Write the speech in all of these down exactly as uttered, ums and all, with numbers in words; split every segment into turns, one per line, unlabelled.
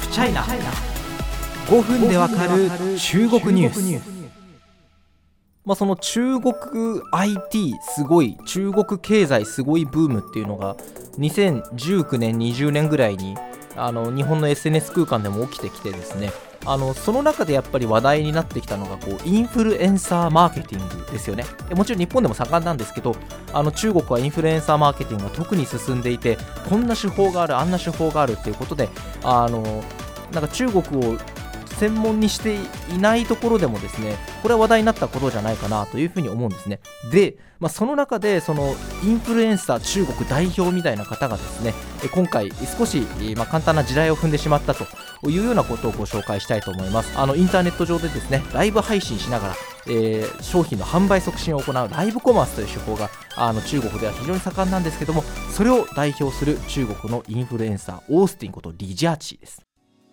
フチャイナ。ごふんでわかる中国ニュース。まあ、その中国 アイティー すごい、中国経済すごいブームっていうのがにせんじゅうきゅうねんにじゅうねんぐらいにあの日本の エスエヌエス 空間でも起きてきてですね、あのその中でやっぱり話題になってきたのがこうインフルエンサーマーケティングですよね。もちろん日本でも盛んなんですけど、あの中国はインフルエンサーマーケティングが特に進んでいて、こんな手法がある、あんな手法があるっていうことで、あのなんか中国を専門にしていないところでもですね、これは話題になったことじゃないかなというふうに思うんですね。で、まあ、その中でそのインフルエンサー中国代表みたいな方がですね、今回少し、まあ、簡単な地雷を踏んでしまったというようなことをご紹介したいと思います。あのインターネット上でですね、ライブ配信しながら、えー、商品の販売促進を行うライブコマースという手法があの中国では非常に盛んなんですけども、それを代表する中国のインフルエンサーオースティンことリジャーチーです。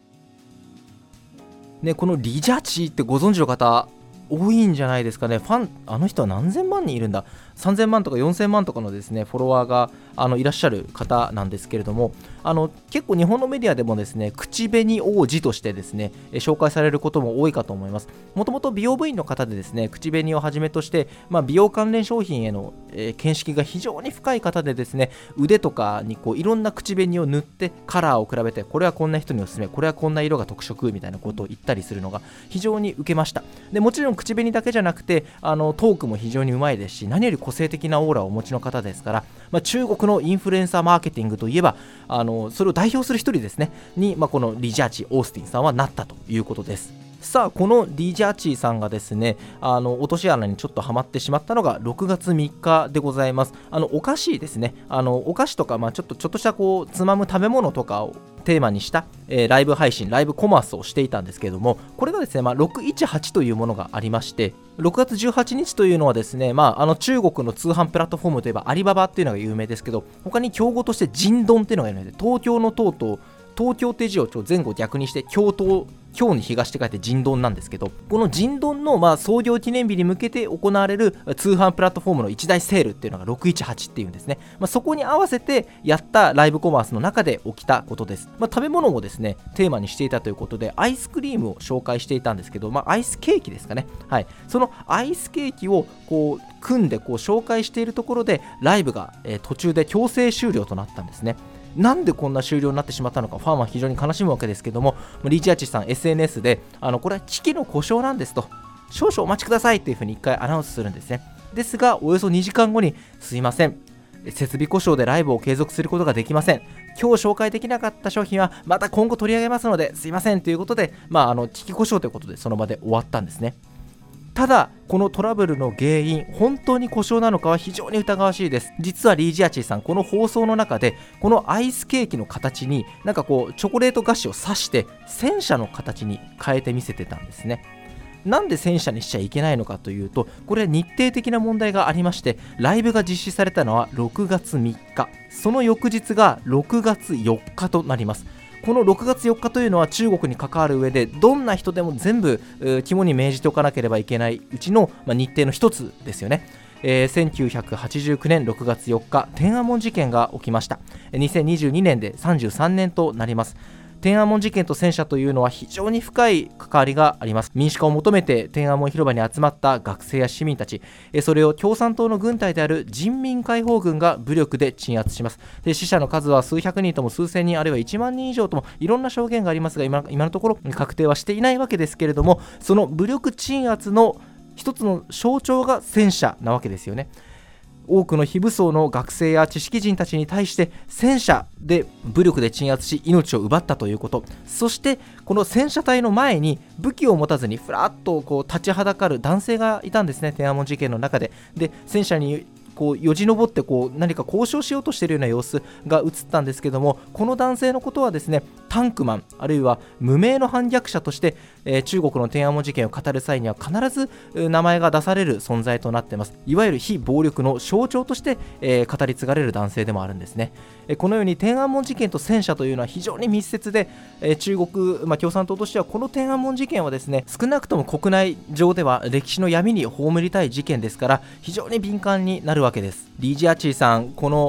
ね、このリジャーチーってご存知の方多いんじゃないですかね。ファン、あの人は何千万人いるんだ、さんぜんまんとかよんせんまんとかのですねフォロワーがあのいらっしゃる方なんですけれども、あの結構日本のメディアでもですね口紅王子としてですね紹介されることも多いかと思います。もともと美容部員の方でですね、口紅をはじめとして、まあ、美容関連商品への、えー、見識が非常に深い方でですね、腕とかにこういろんな口紅を塗ってカラーを比べて、これはこんな人におすすめ、これはこんな色が特色みたいなことを言ったりするのが非常に受けました。でもちろん口紅だけじゃなくて、あのトークも非常にうまいですし、何より個性的なオーラをお持ちの方ですから、まあ、中国のインフルエンサーマーケティングといえば、あのそれを代表する一人ですねに、まあ、このリジャーチ・オースティンさんはなったということです。さあ、このリジャーチーさんがですね、あの落とし穴にちょっとはまってしまったのがろくがつみっかでございます。あのお菓子ですね、あのお菓子とか、まあ、ちょっとちょっとしたこうつまむ食べ物とかをテーマにした、えー、ライブ配信、ライブコマースをしていたんですけれども、これがですね、まあ、ろくいちはちというものがありまして、ろくがつじゅうはちにちというのはですね、まあ、あの中国の通販プラットフォームといえばアリババっていうのが有名ですけど、他に競合としてジンドンっていうのがいるので、東京の東と東京って字を前後逆にして京都、京に東って書いて人丼なんですけど、この人丼のまあ創業記念日に向けて行われる通販プラットフォームの一大セールっていうのがろくいちはちっていうんですね。まあ、そこに合わせてやったライブコマースの中で起きたことです。まあ、食べ物をですねテーマにしていたということで、アイスクリームを紹介していたんですけど、まあ、アイスケーキですかね。はい、そのアイスケーキをこう組んでこう紹介しているところで、ライブが、えー、途中で強制終了となったんですね。なんでこんな終了になってしまったのか、ファンは非常に悲しむわけですけども、リチャーチさん エスエヌエス であのこれは機器の故障なんですと、少々お待ちくださいというふうにいっかいアナウンスするんですね。ですがおよそにじかんごに、すいません、設備故障でライブを継続することができません、今日紹介できなかった商品はまた今後取り上げますのですいませんということで、まあ、あの機器故障ということでその場で終わったんですね。ただこのトラブルの原因、本当に故障なのかは非常に疑わしいです。実はリージアチーさん、この放送の中でこのアイスケーキの形になんかこうチョコレート菓子を刺して戦車の形に変えてみせてたんですね。なんで戦車にしちゃいけないのかというと、これは日程的な問題がありまして、ライブが実施されたのはろくがつみっか、その翌日がろくがつよっかとなります。このろくがつよっかというのは中国に関わる上でどんな人でも全部肝に銘じておかなければいけないうちの、まあ、日程の一つですよね。えー、せんきゅうひゃくはちじゅうきゅうねんろくがつよっか、天安門事件が起きました。にせんにじゅうにねんでさんじゅうさんねんとなります。天安門事件と戦車というのは非常に深い関わりがあります。民主化を求めて天安門広場に集まった学生や市民たち、それを共産党の軍隊である人民解放軍が武力で鎮圧します。で、死者の数は数百人とも数千人、あるいはいちまんにん以上ともいろんな証言がありますが、 今, 今のところ確定はしていないわけですけれども、その武力鎮圧の一つの象徴が戦車なわけですよね。多くの非武装の学生や知識人たちに対して戦車で武力で鎮圧し命を奪ったということ、そしてこの戦車隊の前に武器を持たずにふらっとこう立ちはだかる男性がいたんですね、天安門事件の中で。で、戦車にこうよじ登ってこう何か交渉しようとしているような様子が映ったんですけども、この男性のことはですね、タンクマンあるいは無名の反逆者として、えー、中国の天安門事件を語る際には必ず名前が出される存在となっています。いわゆる非暴力の象徴として、えー、語り継がれる男性でもあるんですね。えー、このように天安門事件と戦車というのは非常に密接で、えー、中国、まあ、共産党としてはこの天安門事件はですね、少なくとも国内上では歴史の闇に葬りたい事件ですから、非常に敏感になるわけです。リージアチーさん、この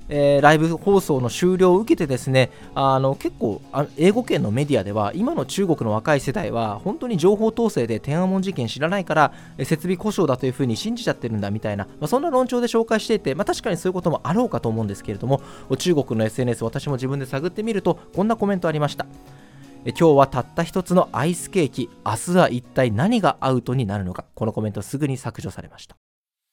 えー、ライブ放送の終了を受けてですね、あの結構あ英語圏のメディアでは今の中国の若い世代は本当に情報統制で天安門事件知らないからえ設備故障だというふうに信じちゃってるんだみたいな、まあ、そんな論調で紹介していて、まあ、確かにそういうこともあろうかと思うんですけれども、中国の エスエヌエス 私も自分で探ってみるとこんなコメントありました。え今日はたった一つのアイスケーキ、明日は一体何がアウトになるのか。このコメントすぐに削除されました。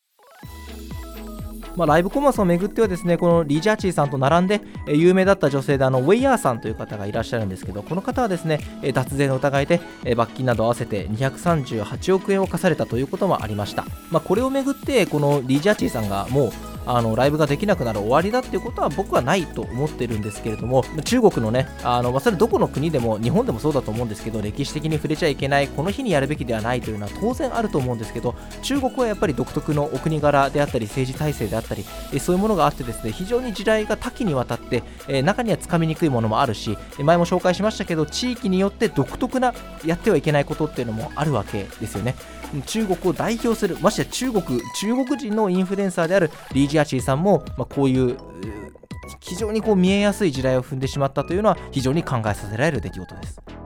まあ、ライブコマースをめぐってはですね、このリ・ジャーチーさんと並んで、えー、有名だった女性であのウェイヤーさんという方がいらっしゃるんですけど、この方はですね、えー、脱税の疑いで、えー、罰金など合わせてにひゃくさんじゅうはちおくえんを課されたということもありました。まあ、これをめぐってこのリ・ジャーチーさんがもうあのライブができなくなる終わりだっていうことは僕はないと思ってるんですけれども、中国のね、あの、まあ、それどこの国でも日本でもそうだと思うんですけど、歴史的に触れちゃいけない、この日にやるべきではないというのは当然あると思うんですけど、中国はやっぱり独特のお国柄であったり政治体制であったり、えそういうものがあってですね、非常に時代が多岐にわたって、えー、中にはつかみにくいものもあるし、前も紹介しましたけど地域によって独特なやってはいけないことっていうのもあるわけですよね。中国を代表する、まして中国中国人のインフルエンサーであるリー・ジャーチーさんも、まあ、こういう非常にこう見えやすい時代を踏んでしまったというのは非常に考えさせられる出来事です。